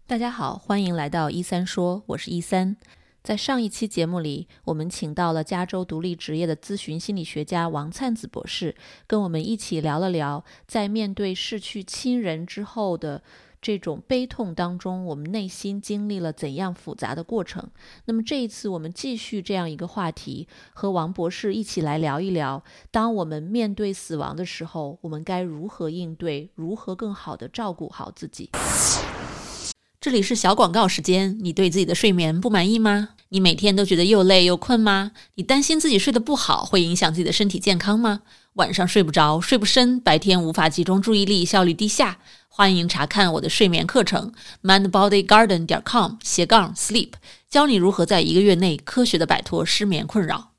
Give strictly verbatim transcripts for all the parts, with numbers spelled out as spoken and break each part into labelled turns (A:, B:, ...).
A: 大家好，欢迎来到一三说，我是一三。在上一期节目里，我们请到了加州独立职业的咨询心理学家王灿子博士，跟我们一起聊了聊在面对逝去亲人之后的这种悲痛当中，我们内心经历了怎样复杂的过程。那么这一次我们继续这样一个话题，和王博士一起来聊一聊，当我们面对死亡的时候，我们该如何应对，如何更好地照顾好自己。这里是小广告时间，你对自己的睡眠不满意吗？你每天都觉得又累又困吗？你担心自己睡得不好会影响自己的身体健康吗？晚上睡不着，睡不深，白天无法集中注意力，效率低下？欢迎查看我的睡眠课程 mindbodygarden 点 com 斜杠 sleep， 教你如何在一个月内科学地摆脱失眠困扰。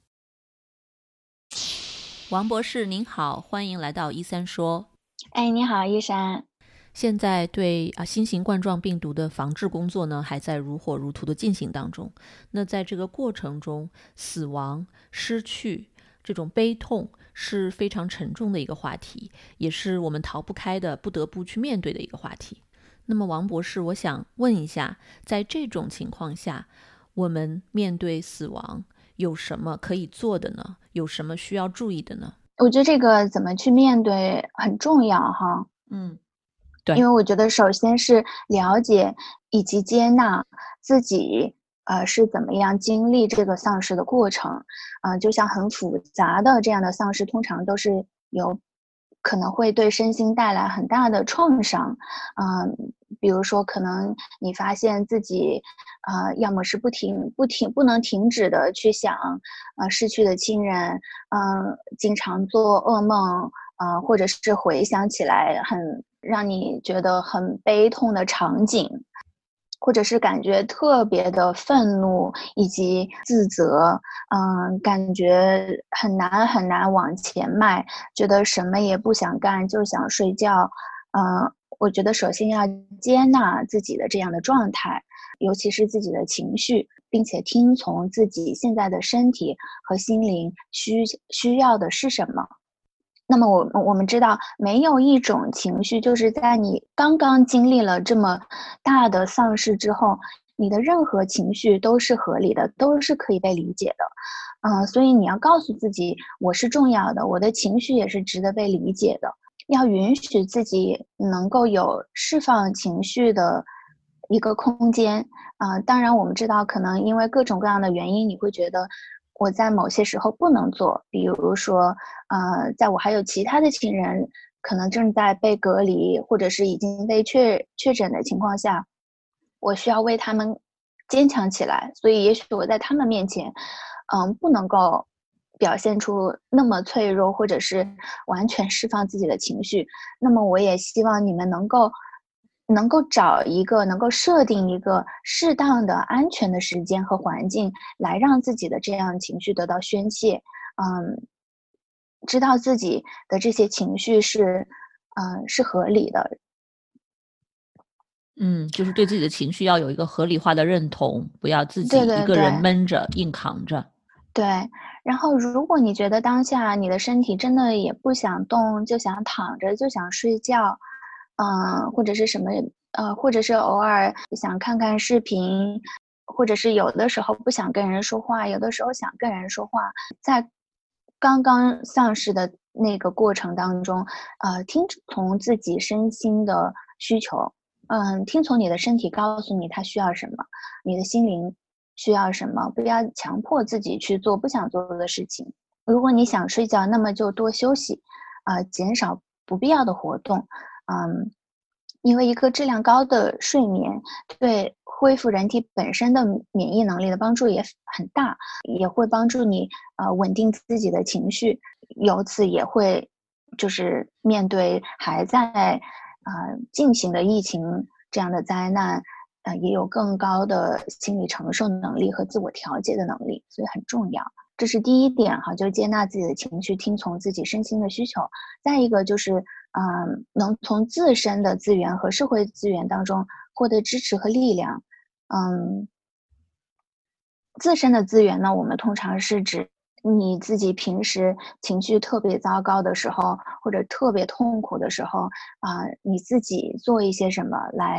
A: 王博士您好，欢迎来到一三说。
B: 哎，你好，一山。
A: 现在对啊新型冠状病毒的防治工作呢，还在如火如荼的进行当中。那在这个过程中，死亡、失去这种悲痛是非常沉重的一个话题，也是我们逃不开的、不得不去面对的一个话题。那么王博士，我想问一下，在这种情况下，我们面对死亡有什么可以做的呢？有什么需要注意的呢？
B: 我觉得这个怎么去面对很重要哈。
A: 嗯。对，
B: 因为我觉得首先是了解以及接纳自己呃是怎么样经历这个丧失的过程。呃，就像很复杂的这样的丧失通常都是有可能会对身心带来很大的创伤。嗯、呃，比如说可能你发现自己呃要么是不停不停不能停止的去想呃逝去的亲人，嗯、呃，经常做噩梦，呃，或者是回想起来很让你觉得很悲痛的场景，或者是感觉特别的愤怒以及自责，嗯，感觉很难很难往前迈，觉得什么也不想干，就想睡觉。嗯，我觉得首先要接纳自己的这样的状态，尤其是自己的情绪，并且听从自己现在的身体和心灵需需要的是什么。那么我我们知道，没有一种情绪就是在你刚刚经历了这么大的丧失之后，你的任何情绪都是合理的，都是可以被理解的。嗯、呃，所以你要告诉自己，我是重要的，我的情绪也是值得被理解的，要允许自己能够有释放情绪的一个空间。啊、呃，当然我们知道，可能因为各种各样的原因，你会觉得我在某些时候不能做，比如说，呃，在我还有其他的亲人可能正在被隔离，或者是已经被确确诊的情况下，我需要为他们坚强起来，所以也许我在他们面前，嗯，不能够表现出那么脆弱，或者是完全释放自己的情绪。那么我也希望你们能够能够找一个能够设定一个适当的安全的时间和环境，来让自己的这样情绪得到宣泄。嗯，知道自己的这些情绪是嗯，是合理的。
A: 嗯，就是对自己的情绪要有一个合理化的认同，不要自己
B: 对对对。
A: 一个人闷着硬扛着。
B: 对，然后如果你觉得当下你的身体真的也不想动，就想躺着，就想睡觉，嗯，或者是什么，呃，或者是偶尔想看看视频，或者是有的时候不想跟人说话，有的时候想跟人说话，在刚刚丧失的那个过程当中，呃，听从自己身心的需求。嗯，听从你的身体告诉你它需要什么，你的心灵需要什么，不要强迫自己去做不想做的事情。如果你想睡觉，那么就多休息，呃，减少不必要的活动。嗯，因为一个质量高的睡眠对恢复人体本身的免疫能力的帮助也很大，也会帮助你呃稳定自己的情绪，由此也会就是面对还在呃进行的疫情这样的灾难，呃也有更高的心理承受能力和自我调节的能力，所以很重要。这是第一点哈，就是接纳自己的情绪，听从自己身心的需求。再一个就是，嗯，能从自身的资源和社会资源当中获得支持和力量。嗯，自身的资源呢，我们通常是指你自己平时情绪特别糟糕的时候，或者特别痛苦的时候，啊、呃你自己做一些什么来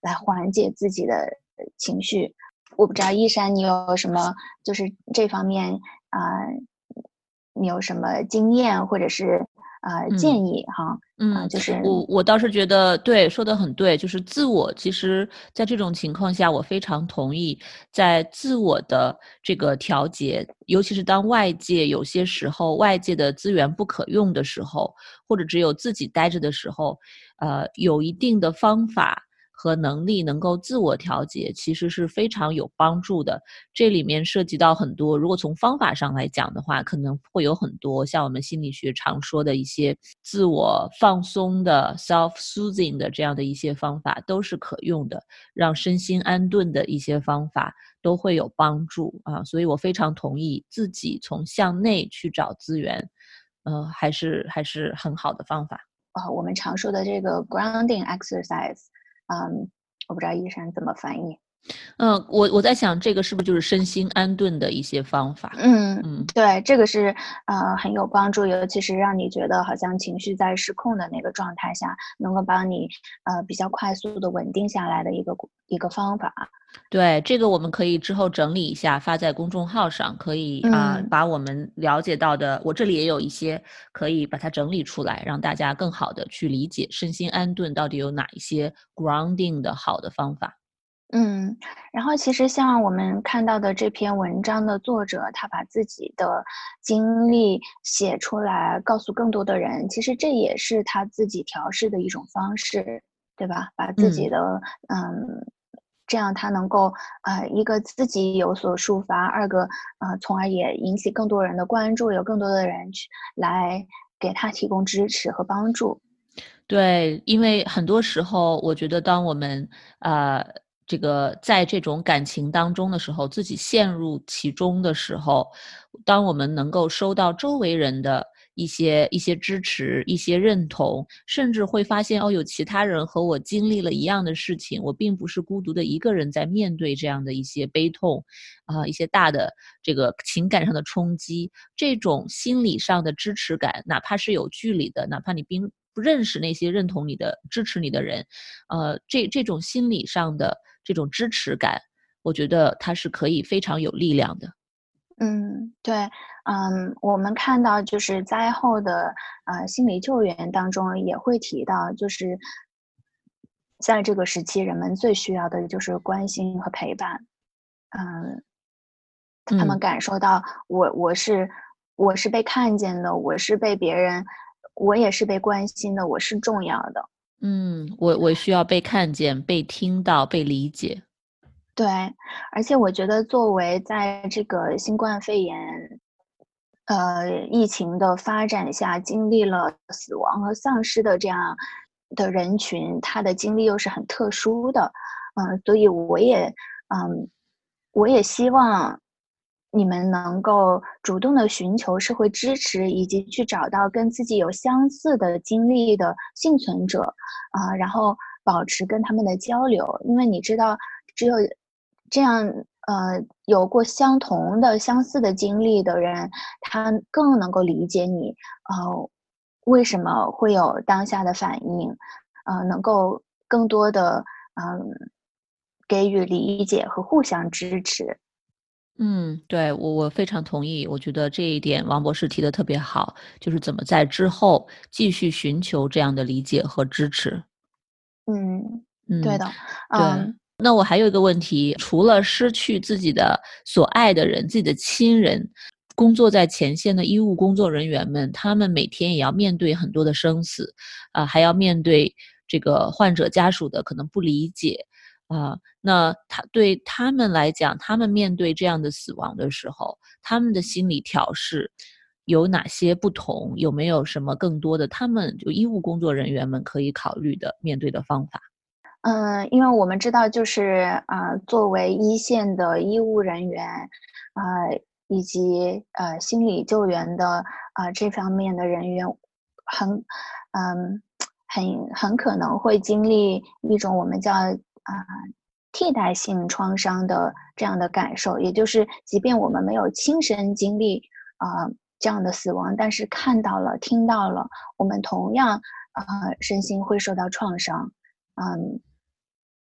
B: 来缓解自己的情绪。我不知道一山你有什么就是这方面啊、呃，你有什么经验或者是呃建议哈？
A: 嗯，
B: 啊、就是
A: 我我倒是觉得对，说得很对，就是自我其实在这种情况下，我非常同意，在自我的这个调节，尤其是当外界有些时候外界的资源不可用的时候，或者只有自己待着的时候，呃，有一定的方法和能力能够自我调节，其实是非常有帮助的。这里面涉及到很多，如果从方法上来讲的话，可能会有很多像我们心理学常说的一些自我放松的 self-soothing 的这样的一些方法都是可用的，让身心安顿的一些方法都会有帮助啊。所以我非常同意自己从向内去找资源，呃，还是还是很好的方法。
B: 呃，我们常说的这个 grounding exercise，嗯，我不知道医生怎么翻译。
A: 嗯，我我在想这个是不是就是身心安顿的一些方法？
B: 嗯，
A: 嗯。
B: 对，这个是呃很有帮助，尤其是让你觉得好像情绪在失控的那个状态下，能够帮你呃比较快速的稳定下来的一个一个方法。
A: 对，这个我们可以之后整理一下，发在公众号上，可以啊、
B: 嗯。
A: 把我们了解到的，我这里也有一些可以把它整理出来，让大家更好的去理解身心安顿到底有哪一些 grounding 的好的方法。
B: 嗯，然后其实像我们看到的这篇文章的作者，他把自己的经历写出来，告诉更多的人，其实这也是他自己调试的一种方式，对吧？把自己
A: 嗯。
B: 的嗯，这样他能够呃，一个自己有所抒发，二个呃，从而也引起更多人的关注，有更多的人去来给他提供支持和帮助。
A: 对，因为很多时候我觉得当我们呃这个在这种感情当中的时候，自己陷入其中的时候，当我们能够收到周围人的一些一些支持、一些认同，甚至会发现哦，有其他人和我经历了一样的事情，我并不是孤独的一个人在面对这样的一些悲痛，啊、呃，一些大的这个情感上的冲击，这种心理上的支持感，哪怕是有距离的，哪怕你并不认识那些认同你的、支持你的人，呃，这这种心理上的这种支持感，我觉得它是可以非常有力量的。
B: 嗯，对，嗯，我们看到就是灾后的呃心理救援当中也会提到，就是在这个时期，人们最需要的就是关心和陪伴。嗯，他们
A: 嗯。
B: 感受到我我是我是被看见的，我是被别人，我也是被关心的，我是重要的。
A: 嗯，我我需要被看见、被听到、被理解。
B: 对，而且我觉得作为在这个新冠肺炎，呃，疫情的发展下，经历了死亡和丧失的这样的人群，他的经历又是很特殊的。嗯，所以我也嗯，我也希望你们能够主动地寻求社会支持，以及去找到跟自己有相似的经历的幸存者，啊，然后保持跟他们的交流。因为你知道，只有这样，呃，有过相同的、相似的经历的人，他更能够理解你，呃，为什么会有当下的反应，呃，能够更多地，嗯，给予理解和互相支持。
A: 嗯，对，我我非常同意，我觉得这一点王博士提得特别好，就是怎么在之后继续寻求这样的理解和支持。
B: 嗯，对
A: 嗯，
B: 的，
A: 对。
B: 嗯。
A: 那我还有一个问题，除了失去自己的所爱的人、自己的亲人，工作在前线的医务工作人员们，他们每天也要面对很多的生死，啊，还要面对这个患者家属的可能不理解。啊，那他对他们来讲，他们面对这样的死亡的时候，他们的心理调试有哪些不同？有没有什么更多的他们就医务工作人员们可以考虑的面对的方法？
B: 嗯，因为我们知道就是，呃，作为一线的医务人员，呃，以及，呃，心理救援的，呃，这方面的人员，很嗯，很很可能会经历一种我们叫，啊，替代性创伤的这样的感受。也就是即便我们没有亲身经历，啊，这样的死亡，但是看到了、听到了，我们同样，呃，身心会受到创伤，嗯。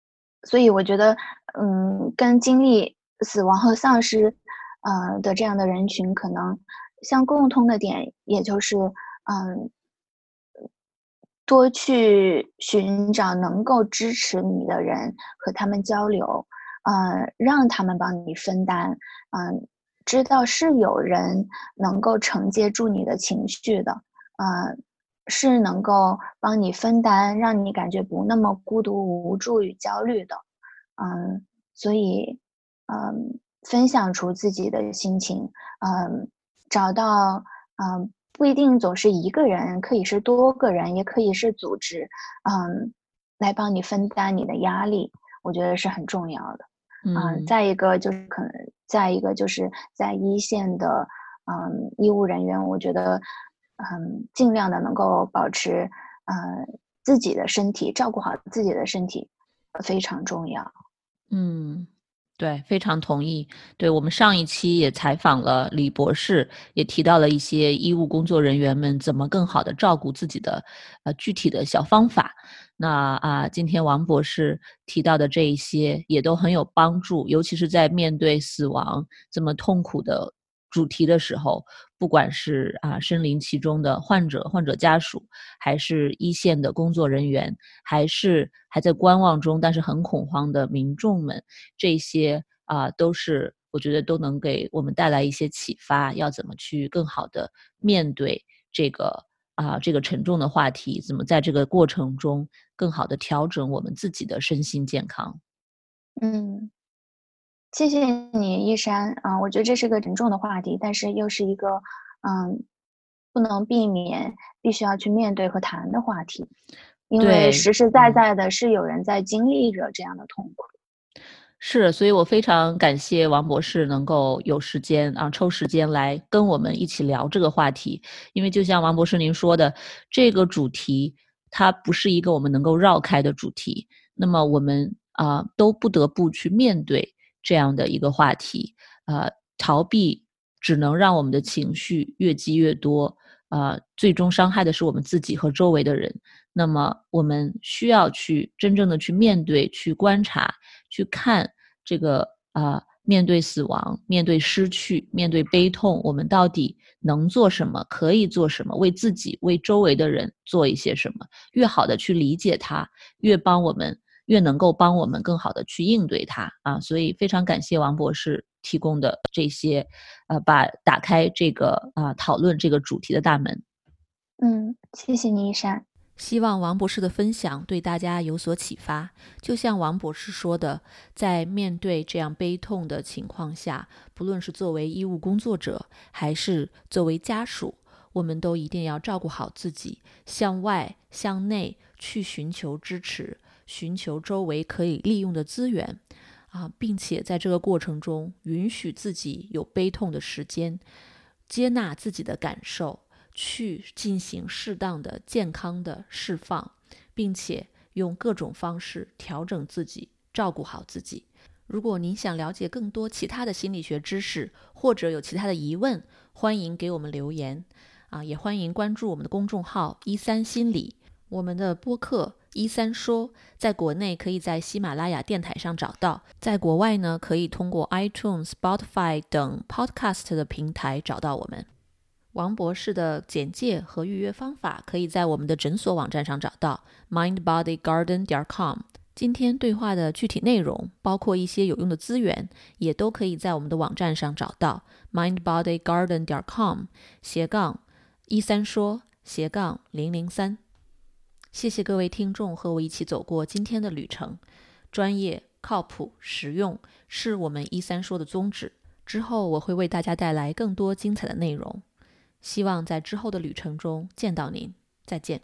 B: 所以我觉得，嗯，跟经历死亡和丧失，呃的这样的人群，可能相共通的点，也就是，嗯，多去寻找能够支持你的人，和他们交流，呃，让他们帮你分担，嗯、知道是有人能够承接住你的情绪的，呃，是能够帮你分担，让你感觉不那么孤独、无助与焦虑的。嗯，所以，嗯，分享出自己的心情，嗯，找到，嗯，不一定总是一个人，可以是多个人，也可以是组织，嗯，来帮你分担你的压力，我觉得是很重要的。嗯，
A: 嗯。
B: 再一个就是可能再一个就是在一线的，嗯，医务人员，我觉得，嗯，尽量的能够保持，呃，自己的身体，照顾好自己的身体，呃非常重要。
A: 嗯，对，非常同意。对，我们上一期也采访了李博士，也提到了一些医务工作人员们怎么更好的照顾自己的呃具体的小方法。那啊，今天王博士提到的这一些也都很有帮助，尤其是在面对死亡这么痛苦的主题的时候，不管是啊身临其中的患者、患者家属，还是一线的工作人员，还是还在观望中但是很恐慌的民众们，这些啊都是我觉得都能给我们带来一些启发，要怎么去更好的面对这个啊这个沉重的话题，怎么在这个过程中更好的调整我们自己的身心健康。
B: 嗯。谢谢你，一山。啊，我觉得这是个沉重的话题，但是又是一个，嗯，不能避免，必须要去面对和谈的话题。因为
A: 对，
B: 实实在
A: 嗯。
B: 在的是有人在经历着这样的痛苦。
A: 是，所以我非常感谢王博士能够有时间啊，抽时间来跟我们一起聊这个话题。因为就像王博士您说的，这个主题它不是一个我们能够绕开的主题，那么我们啊、呃都不得不去面对这样的一个话题，呃，逃避只能让我们的情绪越积越多，呃，最终伤害的是我们自己和周围的人。那么我们需要去真正的去面对、去观察、去看这个啊、呃面对死亡、面对失去、面对悲痛，我们到底能做什么，可以做什么，为自己、为周围的人做一些什么，越好的去理解它，越帮我们，越能够帮我们更好的去应对它啊。所以非常感谢王博士提供的这些，呃，把打开这个啊、呃讨论这个主题的大门。
B: 嗯，谢谢你，一山。
A: 希望王博士的分享对大家有所启发。就像王博士说的，在面对这样悲痛的情况下，不论是作为医务工作者，还是作为家属，我们都一定要照顾好自己，向外向内去寻求支持，寻求周围可以利用的资源啊，并且在这个过程中允许自己有悲痛的时间，接纳自己的感受，去进行适当的健康的释放，并且用各种方式调整自己，照顾好自己。如果您想了解更多其他的心理学知识，或者有其他的疑问，欢迎给我们留言啊，也欢迎关注我们的公众号一三心理。我们的播客一三说，在国内可以在喜马拉雅电台上找到，在国外呢，可以通过 iTunes、Spotify 等 Podcast 的平台找到我们。王博士的简介和预约方法可以在我们的诊所网站上找到 mind body garden 点 com。 今天对话的具体内容，包括一些有用的资源，也都可以在我们的网站上找到 mind body garden 点 com 斜杠一三说斜杠零零三。谢谢各位听众和我一起走过今天的旅程，专业、靠谱、实用是我们一三说的宗旨。之后我会为大家带来更多精彩的内容，希望在之后的旅程中见到您，再见。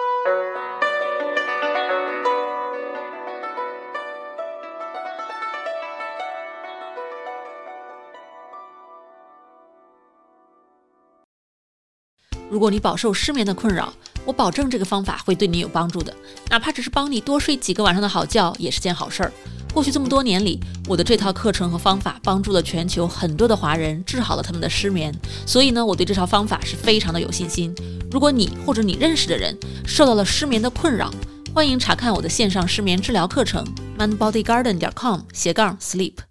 A: 如果你饱受失眠的困扰，我保证这个方法会对你有帮助的，哪怕只是帮你多睡几个晚上的好觉，也是件好事儿。过去这么多年里，我的这套课程和方法帮助了全球很多的华人，治好了他们的失眠，所以呢，我对这套方法是非常的有信心。如果你或者你认识的人受到了失眠的困扰， 欢迎查看我的线上失眠治疗课程 mindbodygarden 点 com 斜杠 sleep。